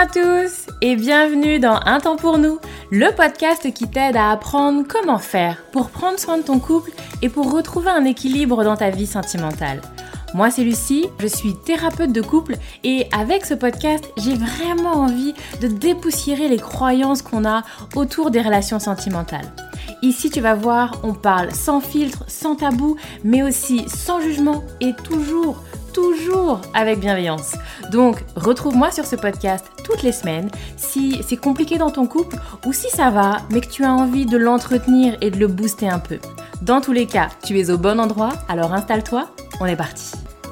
à tous et bienvenue dans Un temps pour nous, le podcast qui t'aide à apprendre comment faire pour prendre soin de ton couple et pour retrouver un équilibre dans ta vie sentimentale. Moi c'est Lucie, je suis thérapeute de couple et avec ce podcast, j'ai vraiment envie de dépoussiérer les croyances qu'on a autour des relations sentimentales. Ici tu vas voir, on parle sans filtre, sans tabou, mais aussi sans jugement et toujours avec bienveillance. Donc, retrouve-moi sur ce podcast toutes les semaines si c'est compliqué dans ton couple ou si ça va, mais que tu as envie de l'entretenir et de le booster un peu. Dans tous les cas, tu es au bon endroit, alors installe-toi, on est parti.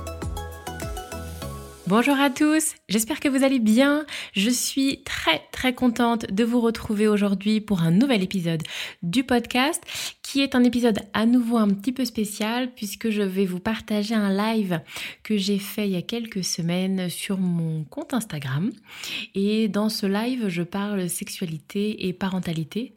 Bonjour à tous, j'espère que vous allez bien. Je suis très contente de vous retrouver aujourd'hui pour un nouvel épisode du podcast qui est un épisode à nouveau un petit peu spécial puisque je vais vous partager un live que j'ai fait il y a quelques semaines sur mon compte Instagram. Et dans ce live, je parle sexualité et parentalité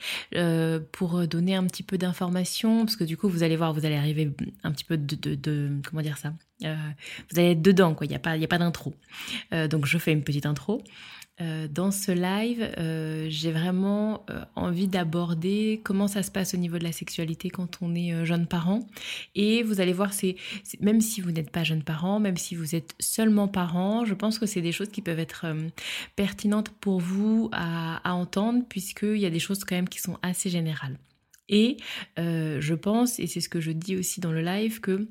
pour donner un petit peu d'informations parce que du coup, vous allez voir, vous allez arriver un petit peu de comment dire ça ? Vous allez être dedans, quoi. Il y a pas d'intro. Donc je fais une petite intro. Dans ce live, j'ai vraiment envie d'aborder comment ça se passe au niveau de la sexualité quand on est jeune parent. Et vous allez voir, même si vous n'êtes pas jeune parent, même si vous êtes seulement parent, je pense que c'est des choses qui peuvent être pertinentes pour vous à entendre, puisqu'il y a des choses quand même qui sont assez générales. Et je pense, et c'est ce que je dis aussi dans le live, que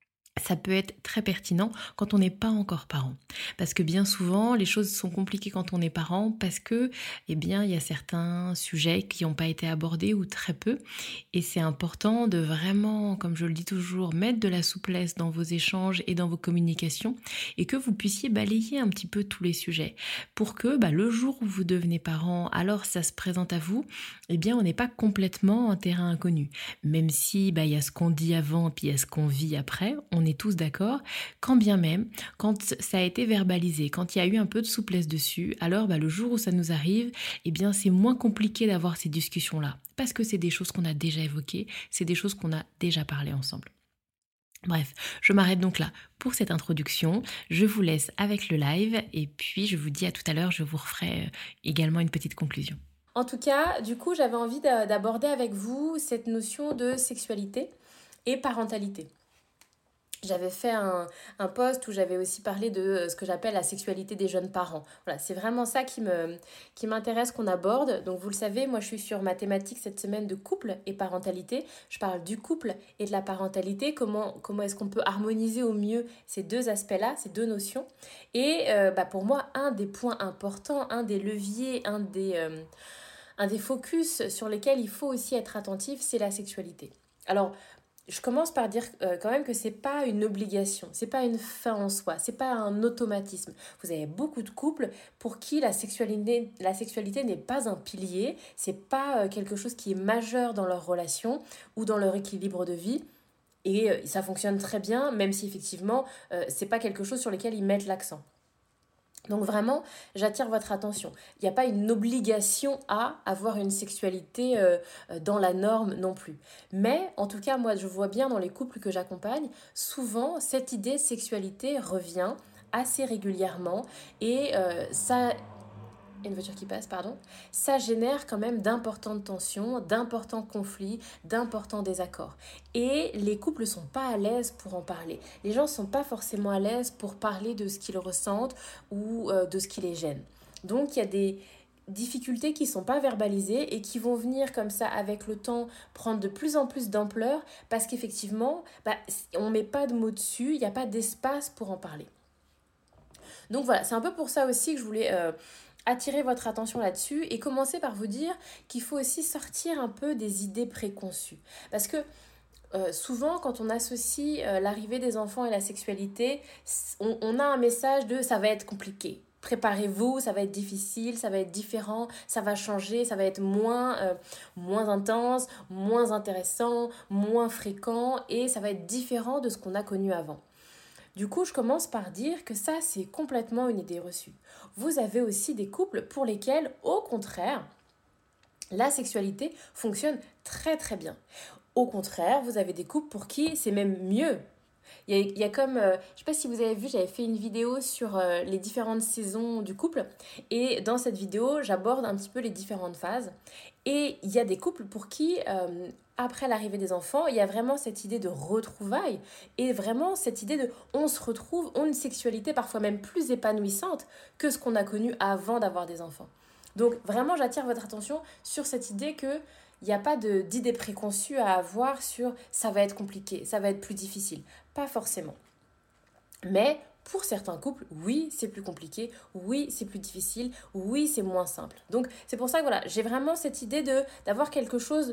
ça peut être très pertinent quand on n'est pas encore parent. Parce que bien souvent, les choses sont compliquées quand on est parent parce que, il y a certains sujets qui n'ont pas été abordés ou très peu. Et c'est important de vraiment, comme je le dis toujours, mettre de la souplesse dans vos échanges et dans vos communications et que vous puissiez balayer un petit peu tous les sujets pour que le jour où vous devenez parent, alors ça se présente à vous, on n'est pas complètement en terrain inconnu. Même si il y a ce qu'on dit avant puis il y a ce qu'on vit après, on est tous d'accord, quand bien même, quand ça a été verbalisé, quand il y a eu un peu de souplesse dessus, alors le jour où ça nous arrive, c'est moins compliqué d'avoir ces discussions-là, parce que c'est des choses qu'on a déjà évoquées, c'est des choses qu'on a déjà parlé ensemble. Bref, je m'arrête donc là pour cette introduction, je vous laisse avec le live, et puis je vous dis à tout à l'heure, je vous referai également une petite conclusion. En tout cas, du coup, j'avais envie d'aborder avec vous cette notion de sexualité et parentalité. J'avais fait un post où j'avais aussi parlé de ce que j'appelle la sexualité des jeunes parents. Voilà, c'est vraiment ça qui m'intéresse qu'on aborde. Donc vous le savez, moi je suis sur ma thématique cette semaine de couple et parentalité. Je parle du couple et de la parentalité, comment est-ce qu'on peut harmoniser au mieux ces deux aspects-là, ces deux notions. Et pour moi, un des points importants, un des leviers, un des focus sur lesquels il faut aussi être attentif, c'est la sexualité. Alors, je commence par dire quand même que c'est pas une obligation, c'est pas une fin en soi, c'est pas un automatisme. Vous avez beaucoup de couples pour qui la sexualité n'est pas un pilier, c'est pas quelque chose qui est majeur dans leur relation ou dans leur équilibre de vie. Et ça fonctionne très bien, même si effectivement, c'est pas quelque chose sur lequel ils mettent l'accent. Donc vraiment, j'attire votre attention. Il n'y a pas une obligation à avoir une sexualité dans la norme non plus. Mais en tout cas, moi, je vois bien dans les couples que j'accompagne, souvent, cette idée de sexualité revient assez régulièrement et ça... Une voiture qui passe, pardon. Ça génère quand même d'importantes tensions, d'importants conflits, d'importants désaccords. Et les couples ne sont pas à l'aise pour en parler. Les gens ne sont pas forcément à l'aise pour parler de ce qu'ils ressentent ou de ce qui les gêne. Donc il y a des difficultés qui ne sont pas verbalisées et qui vont venir comme ça avec le temps prendre de plus en plus d'ampleur parce qu'effectivement, on ne met pas de mots dessus, il n'y a pas d'espace pour en parler. Donc voilà, c'est un peu pour ça aussi que je voulais... attirer votre attention là-dessus et commencer par vous dire qu'il faut aussi sortir un peu des idées préconçues. Parce que souvent, quand on associe l'arrivée des enfants et la sexualité, on a un message de « ça va être compliqué ». Préparez-vous, ça va être difficile, ça va être différent, ça va changer, ça va être moins intense, moins intéressant, moins fréquent et ça va être différent de ce qu'on a connu avant. Du coup, je commence par dire que ça, c'est complètement une idée reçue. Vous avez aussi des couples pour lesquels, au contraire, la sexualité fonctionne très très bien. Au contraire, vous avez des couples pour qui c'est même mieux. Il y a comme, je sais pas si vous avez vu, j'avais fait une vidéo sur les différentes saisons du couple. Et dans cette vidéo, j'aborde un petit peu les différentes phases. Et il y a des couples pour qui, après l'arrivée des enfants, il y a vraiment cette idée de retrouvailles. Et vraiment cette idée de on se retrouve, on a une sexualité parfois même plus épanouissante que ce qu'on a connu avant d'avoir des enfants. Donc vraiment, j'attire votre attention sur cette idée que il n'y a pas d'idée préconçue à avoir sur ça va être compliqué, ça va être plus difficile. Pas forcément. Mais pour certains couples, oui, c'est plus compliqué, oui, c'est plus difficile, oui, c'est moins simple. Donc c'est pour ça que voilà, j'ai vraiment cette idée d'avoir quelque chose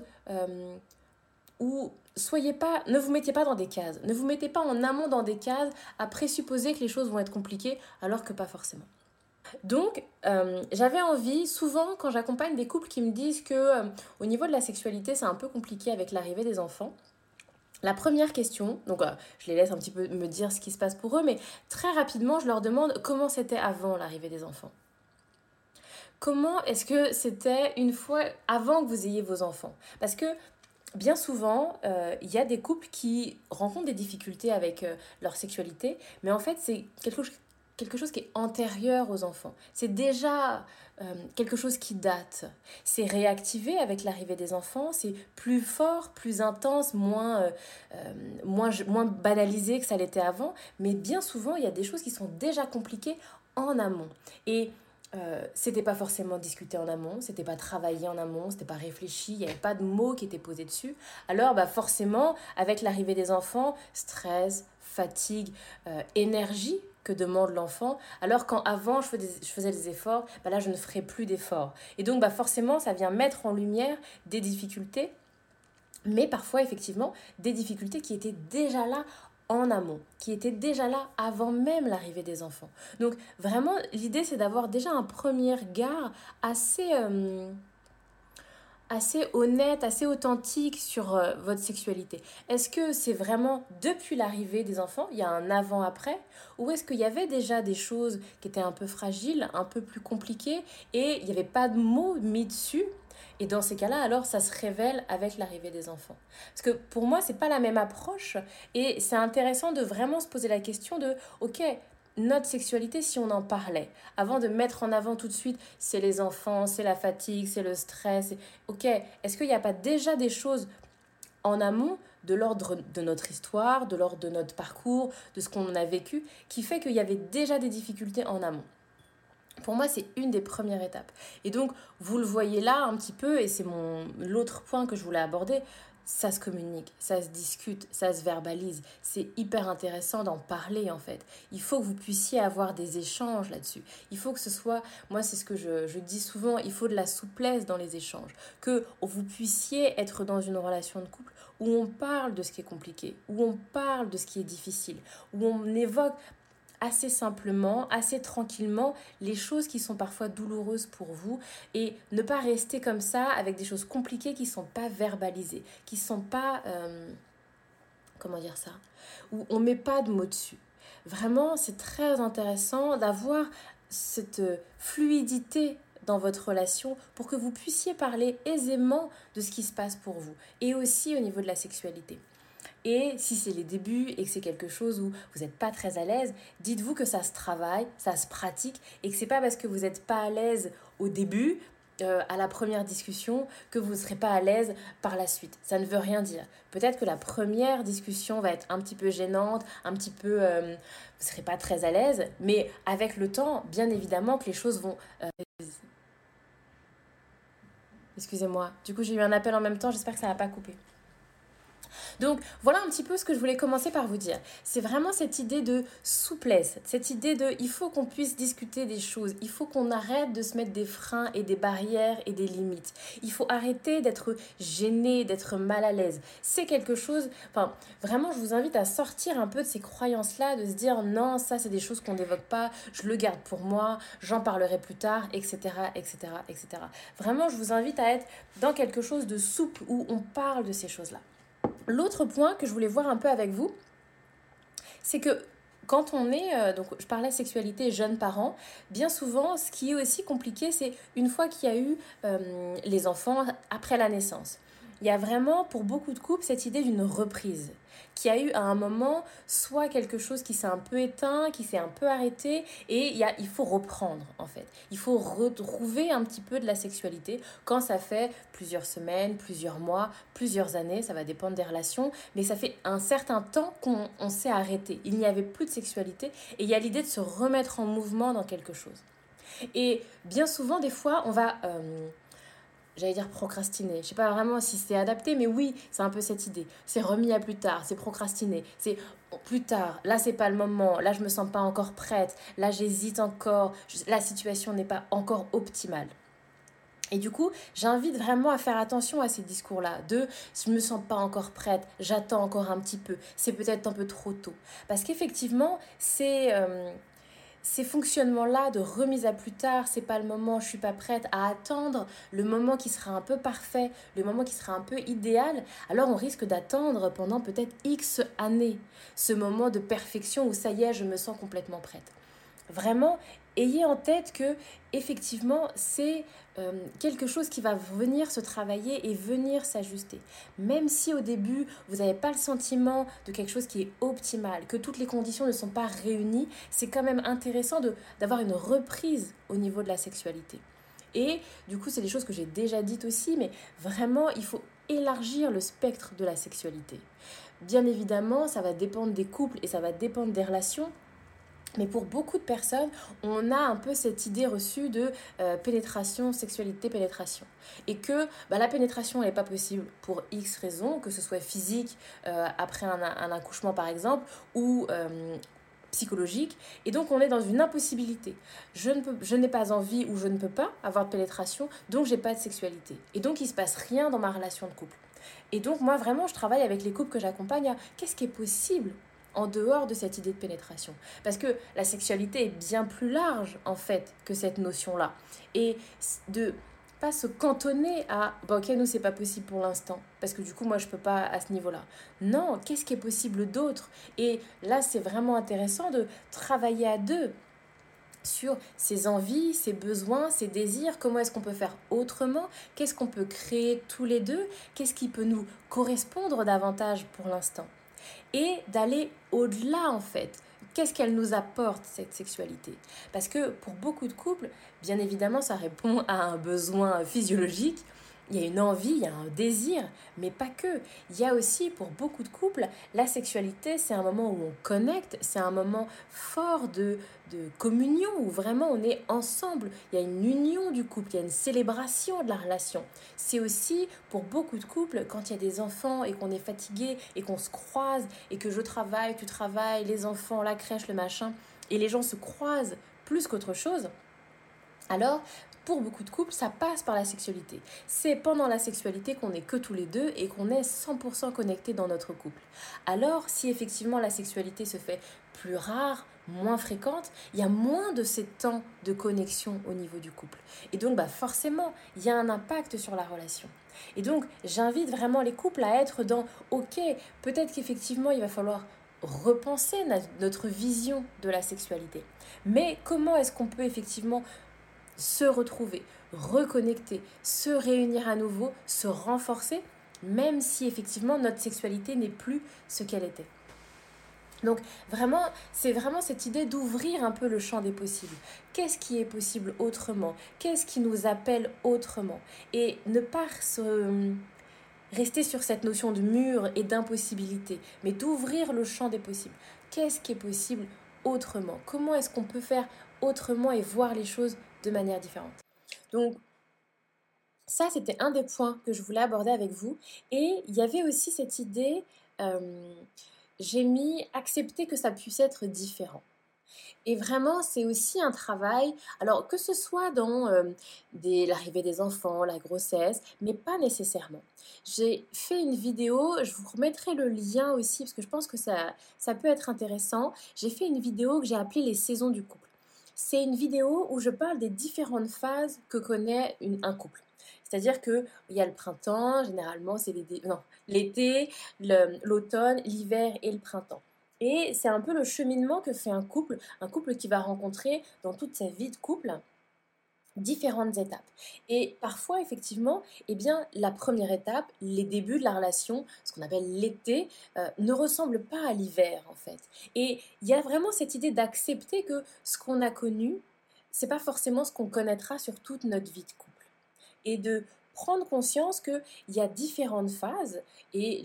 où ne vous mettez pas dans des cases, ne vous mettez pas en amont dans des cases à présupposer que les choses vont être compliquées alors que pas forcément. Donc, j'avais envie, souvent quand j'accompagne des couples qui me disent que au niveau de la sexualité, c'est un peu compliqué avec l'arrivée des enfants. La première question, donc je les laisse un petit peu me dire ce qui se passe pour eux, mais très rapidement, je leur demande comment c'était avant l'arrivée des enfants. Comment est-ce que c'était une fois avant que vous ayez vos enfants? Parce que bien souvent, il y a des couples qui rencontrent des difficultés avec leur sexualité, mais en fait, c'est quelque chose qui est antérieur aux enfants. C'est déjà quelque chose qui date. C'est réactivé avec l'arrivée des enfants, c'est plus fort, plus intense, moins banalisé que ça l'était avant, mais bien souvent, il y a des choses qui sont déjà compliquées en amont. Et c'était pas forcément discuté en amont, c'était pas travaillé en amont, c'était pas réfléchi, il n'y avait pas de mots qui étaient posés dessus. Alors forcément, avec l'arrivée des enfants, stress, fatigue, énergie que demande l'enfant, alors quand avant je faisais des efforts, là je ne ferai plus d'efforts. Et donc forcément ça vient mettre en lumière des difficultés, mais parfois effectivement des difficultés qui étaient déjà là en amont, qui étaient déjà là avant même l'arrivée des enfants. Donc vraiment, l'idée c'est d'avoir déjà un premier regard assez honnête, assez authentique sur votre sexualité. Est-ce que c'est vraiment depuis l'arrivée des enfants, il y a un avant-après, ou est-ce qu'il y avait déjà des choses qui étaient un peu fragiles, un peu plus compliquées, et il n'y avait pas de mots mis dessus? Et dans ces cas-là, alors ça se révèle avec l'arrivée des enfants. Parce que pour moi, c'est pas la même approche, et c'est intéressant de vraiment se poser la question de, ok, notre sexualité, si on en parlait, avant de mettre en avant tout de suite, c'est les enfants, c'est la fatigue, c'est le stress, ok, est-ce qu'il n'y a pas déjà des choses en amont de l'ordre de notre histoire, de l'ordre de notre parcours, de ce qu'on a vécu, qui fait qu'il y avait déjà des difficultés en amont? Pour moi, c'est une des premières étapes. Et donc, vous le voyez là un petit peu, et c'est l'autre point que je voulais aborder, ça se communique, ça se discute, ça se verbalise. C'est hyper intéressant d'en parler en fait. Il faut que vous puissiez avoir des échanges là-dessus. Il faut que ce soit, moi c'est ce que je dis souvent, il faut de la souplesse dans les échanges. Que vous puissiez être dans une relation de couple où on parle de ce qui est compliqué, où on parle de ce qui est difficile, où on évoque assez simplement, assez tranquillement les choses qui sont parfois douloureuses pour vous et ne pas rester comme ça avec des choses compliquées qui ne sont pas verbalisées, qui ne sont pas, comment dire ça, où on ne met pas de mots dessus. Vraiment, c'est très intéressant d'avoir cette fluidité dans votre relation pour que vous puissiez parler aisément de ce qui se passe pour vous et aussi au niveau de la sexualité. Et si c'est les débuts et que c'est quelque chose où vous n'êtes pas très à l'aise, dites-vous que ça se travaille, ça se pratique et que c'est pas parce que vous n'êtes pas à l'aise au début, à la première discussion, que vous ne serez pas à l'aise par la suite. Ça ne veut rien dire. Peut-être que la première discussion va être un petit peu gênante, un petit peu... vous ne serez pas très à l'aise, mais avec le temps, bien évidemment que les choses vont... Excusez-moi, du coup j'ai eu un appel en même temps, j'espère que ça ne va pas couper. Donc voilà un petit peu ce que je voulais commencer par vous dire. C'est vraiment cette idée de souplesse, cette idée de il faut qu'on puisse discuter des choses, il faut qu'on arrête de se mettre des freins et des barrières et des limites. Il faut arrêter d'être gêné, d'être mal à l'aise. C'est quelque chose, vraiment je vous invite à sortir un peu de ces croyances-là, de se dire non, ça c'est des choses qu'on n'évoque pas, je le garde pour moi, j'en parlerai plus tard, etc., etc., etc. Vraiment je vous invite à être dans quelque chose de souple où on parle de ces choses-là. L'autre point que je voulais voir un peu avec vous, c'est que quand on est, donc je parlais sexualité jeunes parents, bien souvent ce qui est aussi compliqué, c'est une fois qu'il y a eu les enfants après la naissance. il y a vraiment pour beaucoup de couples cette idée d'une reprise qui a eu à un moment soit quelque chose qui s'est un peu éteint, qui s'est un peu arrêté et il faut reprendre en fait. Il faut retrouver un petit peu de la sexualité quand ça fait plusieurs semaines, plusieurs mois, plusieurs années, ça va dépendre des relations, mais ça fait un certain temps qu'on s'est arrêté. Il n'y avait plus de sexualité et il y a l'idée de se remettre en mouvement dans quelque chose. Et bien souvent, des fois, on va j'allais dire procrastiner. Je sais pas vraiment si c'est adapté, mais oui, c'est un peu cette idée. C'est remis à plus tard, c'est procrastiner. C'est plus tard, là c'est pas le moment, là je me sens pas encore prête, là j'hésite encore, la situation n'est pas encore optimale. Et du coup, j'invite vraiment à faire attention à ces discours-là, de je me sens pas encore prête, j'attends encore un petit peu, c'est peut-être un peu trop tôt. Parce qu'effectivement, ces fonctionnements-là de remise à plus tard, c'est pas le moment, je suis pas prête à attendre le moment qui sera un peu parfait, le moment qui sera un peu idéal, alors on risque d'attendre pendant peut-être X années ce moment de perfection où ça y est, je me sens complètement prête. Vraiment, ayez en tête que effectivement, c'est quelque chose qui va venir se travailler et venir s'ajuster. Même si au début, vous n'avez pas le sentiment de quelque chose qui est optimal, que toutes les conditions ne sont pas réunies, c'est quand même intéressant d'avoir une reprise au niveau de la sexualité. Et du coup, c'est des choses que j'ai déjà dites aussi, mais vraiment, il faut élargir le spectre de la sexualité. Bien évidemment, ça va dépendre des couples et ça va dépendre des relations. Mais pour beaucoup de personnes, on a un peu cette idée reçue de pénétration, sexualité, pénétration. Et que la pénétration n'est pas possible pour X raisons, que ce soit physique, après un accouchement par exemple, ou psychologique. Et donc on est dans une impossibilité. Je n'ai pas envie ou je ne peux pas avoir de pénétration, donc j'ai pas de sexualité. Et donc il ne se passe rien dans ma relation de couple. Et donc moi vraiment, je travaille avec les couples que j'accompagne à qu'est-ce qui est possible en dehors de cette idée de pénétration. Parce que la sexualité est bien plus large, en fait, que cette notion-là. Et de pas se cantonner à ok, nous, c'est pas possible pour l'instant, parce que du coup, moi, je peux pas à ce niveau-là. Non, qu'est-ce qui est possible d'autre? Et là, c'est vraiment intéressant de travailler à deux sur ses envies, ses besoins, ses désirs, comment est-ce qu'on peut faire autrement, qu'est-ce qu'on peut créer tous les deux, qu'est-ce qui peut nous correspondre davantage pour l'instant. Et d'aller au-delà en fait. Qu'est-ce qu'elle nous apporte cette sexualité? Parce que pour beaucoup de couples, bien évidemment, ça répond à un besoin physiologique. Il y a une envie, il y a un désir, mais pas que. Il y a aussi, pour beaucoup de couples, la sexualité, c'est un moment où on connecte, c'est un moment fort de communion, où vraiment on est ensemble. Il y a une union du couple, il y a une célébration de la relation. C'est aussi, pour beaucoup de couples, quand il y a des enfants et qu'on est fatigué et qu'on se croise et que je travaille, tu travailles, les enfants, la crèche, le machin, et les gens se croisent plus qu'autre chose, alors, pour beaucoup de couples, ça passe par la sexualité. C'est pendant la sexualité qu'on n'est que tous les deux et qu'on est 100% connectés dans notre couple. Alors, si effectivement la sexualité se fait plus rare, moins fréquente, il y a moins de ces temps de connexion au niveau du couple. Et donc, forcément, il y a un impact sur la relation. Et donc, j'invite vraiment les couples à être dans « Ok, peut-être qu'effectivement, il va falloir repenser notre vision de la sexualité. Mais comment est-ce qu'on peut effectivement se retrouver, reconnecter, se réunir à nouveau, se renforcer, même si effectivement notre sexualité n'est plus ce qu'elle était. Donc vraiment, c'est vraiment cette idée d'ouvrir un peu le champ des possibles. Qu'est-ce qui est possible autrement? Qu'est-ce qui nous appelle autrement? Et ne pas rester sur cette notion de mur et d'impossibilité, mais d'ouvrir le champ des possibles. Qu'est-ce qui est possible autrement? Comment est-ce qu'on peut faire autrement et voir les choses de manière différente? Donc, ça, c'était un des points que je voulais aborder avec vous. Et il y avait aussi cette idée, j'ai mis accepter que ça puisse être différent. Et vraiment, c'est aussi un travail, alors que ce soit dans l'arrivée des enfants, la grossesse, mais pas nécessairement. J'ai fait une vidéo, je vous remettrai le lien aussi, parce que je pense que ça peut être intéressant. J'ai fait une vidéo que j'ai appelée « Les saisons du couple ». C'est une vidéo où je parle des différentes phases que connaît un couple. C'est-à-dire qu'il y a le printemps, généralement c'est l'été, l'automne, l'hiver et le printemps. Et c'est un peu le cheminement que fait un couple qui va rencontrer dans toute sa vie de couple. différentes étapes. Et parfois, effectivement, la première étape, les débuts de la relation, ce qu'on appelle l'été, ne ressemble pas à l'hiver, en fait. Et il y a vraiment cette idée d'accepter que ce qu'on a connu, c'est pas forcément ce qu'on connaîtra sur toute notre vie de couple. Et de prendre conscience qu'il y a différentes phases et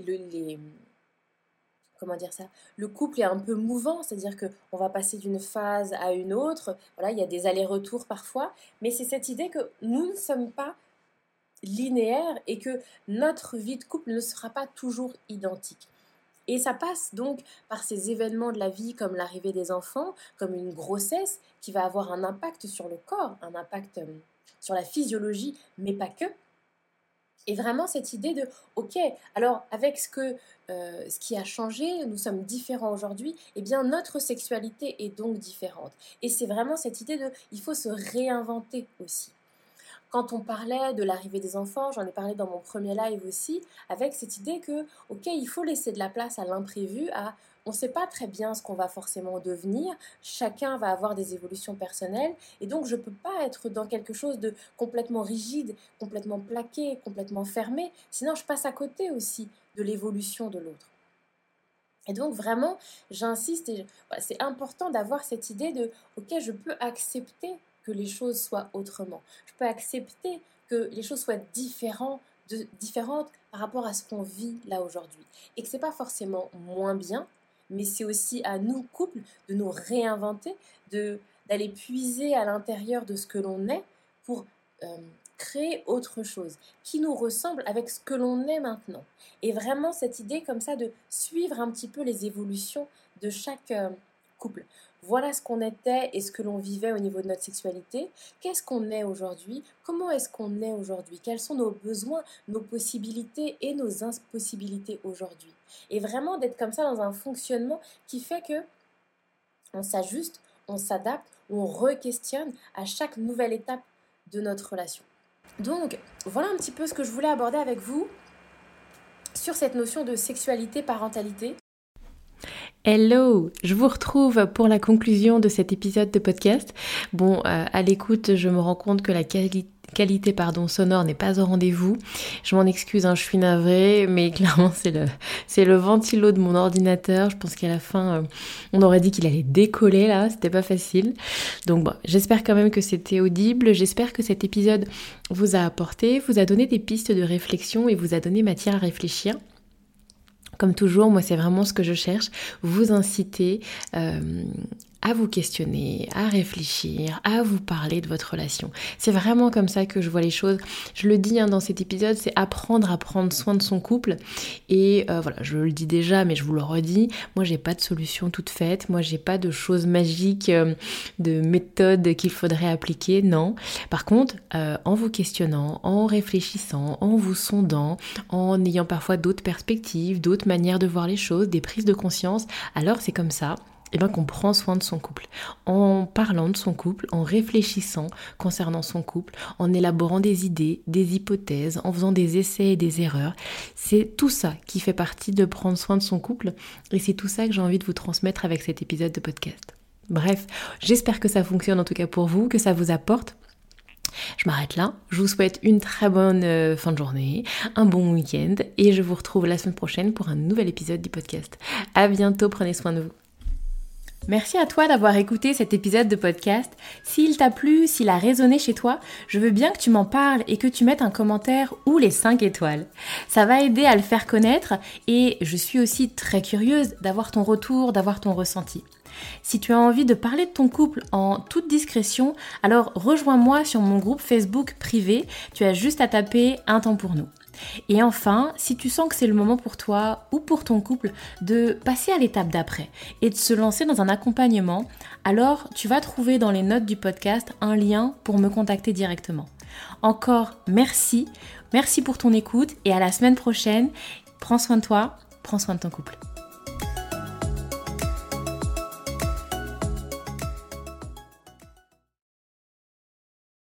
le couple est un peu mouvant, c'est-à-dire qu'on va passer d'une phase à une autre, voilà, il y a des allers-retours parfois, mais c'est cette idée que nous ne sommes pas linéaires et que notre vie de couple ne sera pas toujours identique. Et ça passe donc par ces événements de la vie comme l'arrivée des enfants, comme une grossesse qui va avoir un impact sur le corps, un impact sur la physiologie, mais pas que. Et vraiment cette idée de, ok, alors avec ce qui a changé, nous sommes différents aujourd'hui, eh bien notre sexualité est donc différente. Et c'est vraiment cette idée de, il faut se réinventer aussi. Quand on parlait de l'arrivée des enfants, j'en ai parlé dans mon premier live aussi, avec cette idée que, ok, il faut laisser de la place à l'imprévu, on ne sait pas très bien ce qu'on va forcément devenir, chacun va avoir des évolutions personnelles, et donc je ne peux pas être dans quelque chose de complètement rigide, complètement plaqué, complètement fermé, sinon je passe à côté aussi de l'évolution de l'autre. Et donc vraiment, j'insiste, c'est important d'avoir cette idée de, ok, je peux accepter que les choses soient autrement. Je peux accepter que les choses soient différentes par rapport à ce qu'on vit là aujourd'hui. Et que ce n'est pas forcément moins bien, mais c'est aussi à nous, couples, de nous réinventer, d'aller puiser à l'intérieur de ce que l'on est pour créer autre chose qui nous ressemble avec ce que l'on est maintenant. Et vraiment cette idée comme ça de suivre un petit peu les évolutions de chaque couple. Voilà ce qu'on était et ce que l'on vivait au niveau de notre sexualité. Qu'est-ce qu'on est aujourd'hui? Comment est-ce qu'on est aujourd'hui? Quels sont nos besoins, nos possibilités et nos impossibilités aujourd'hui? Et vraiment d'être comme ça dans un fonctionnement qui fait que on s'ajuste, on s'adapte, on re-questionne à chaque nouvelle étape de notre relation. Donc, voilà un petit peu ce que je voulais aborder avec vous sur cette notion de sexualité, parentalité. Hello, je vous retrouve pour la conclusion de cet épisode de podcast. Bon, à l'écoute, je me rends compte que la qualité sonore n'est pas au rendez-vous. Je m'en excuse, je suis navrée, mais clairement c'est le ventilo de mon ordinateur. Je pense qu'à la fin, on aurait dit qu'il allait décoller là, c'était pas facile. Donc bon, j'espère quand même que c'était audible. J'espère que cet épisode vous a apporté, vous a donné des pistes de réflexion et vous a donné matière à réfléchir. Comme toujours, moi c'est vraiment ce que je cherche, vous inciter à vous questionner, à réfléchir, à vous parler de votre relation. C'est vraiment comme ça que je vois les choses. Je le dis dans cet épisode, c'est apprendre à prendre soin de son couple. Et voilà, je le dis déjà, mais je vous le redis, moi j'ai pas de solution toute faite, moi j'ai pas de choses magiques, de méthodes qu'il faudrait appliquer, non. Par contre, en vous questionnant, en réfléchissant, en vous sondant, en ayant parfois d'autres perspectives, d'autres manières de voir les choses, des prises de conscience, alors c'est comme ça qu'on prend soin de son couple, en parlant de son couple, en réfléchissant concernant son couple, en élaborant des idées, des hypothèses, en faisant des essais et des erreurs. C'est tout ça qui fait partie de prendre soin de son couple et c'est tout ça que j'ai envie de vous transmettre avec cet épisode de podcast. Bref, j'espère que ça fonctionne en tout cas pour vous, que ça vous apporte. Je m'arrête là, je vous souhaite une très bonne fin de journée, un bon week-end et je vous retrouve la semaine prochaine pour un nouvel épisode du podcast. À bientôt, prenez soin de vous. Merci à toi d'avoir écouté cet épisode de podcast. S'il t'a plu, s'il a résonné chez toi, je veux bien que tu m'en parles et que tu mettes un commentaire ou les 5 étoiles. Ça va aider à le faire connaître et je suis aussi très curieuse d'avoir ton retour, d'avoir ton ressenti. Si tu as envie de parler de ton couple en toute discrétion, alors rejoins-moi sur mon groupe Facebook privé. Tu as juste à taper « Un temps pour nous ». Et enfin, si tu sens que c'est le moment pour toi ou pour ton couple de passer à l'étape d'après et de se lancer dans un accompagnement, alors tu vas trouver dans les notes du podcast un lien pour me contacter directement. Encore merci pour ton écoute et à la semaine prochaine. Prends soin de toi, prends soin de ton couple.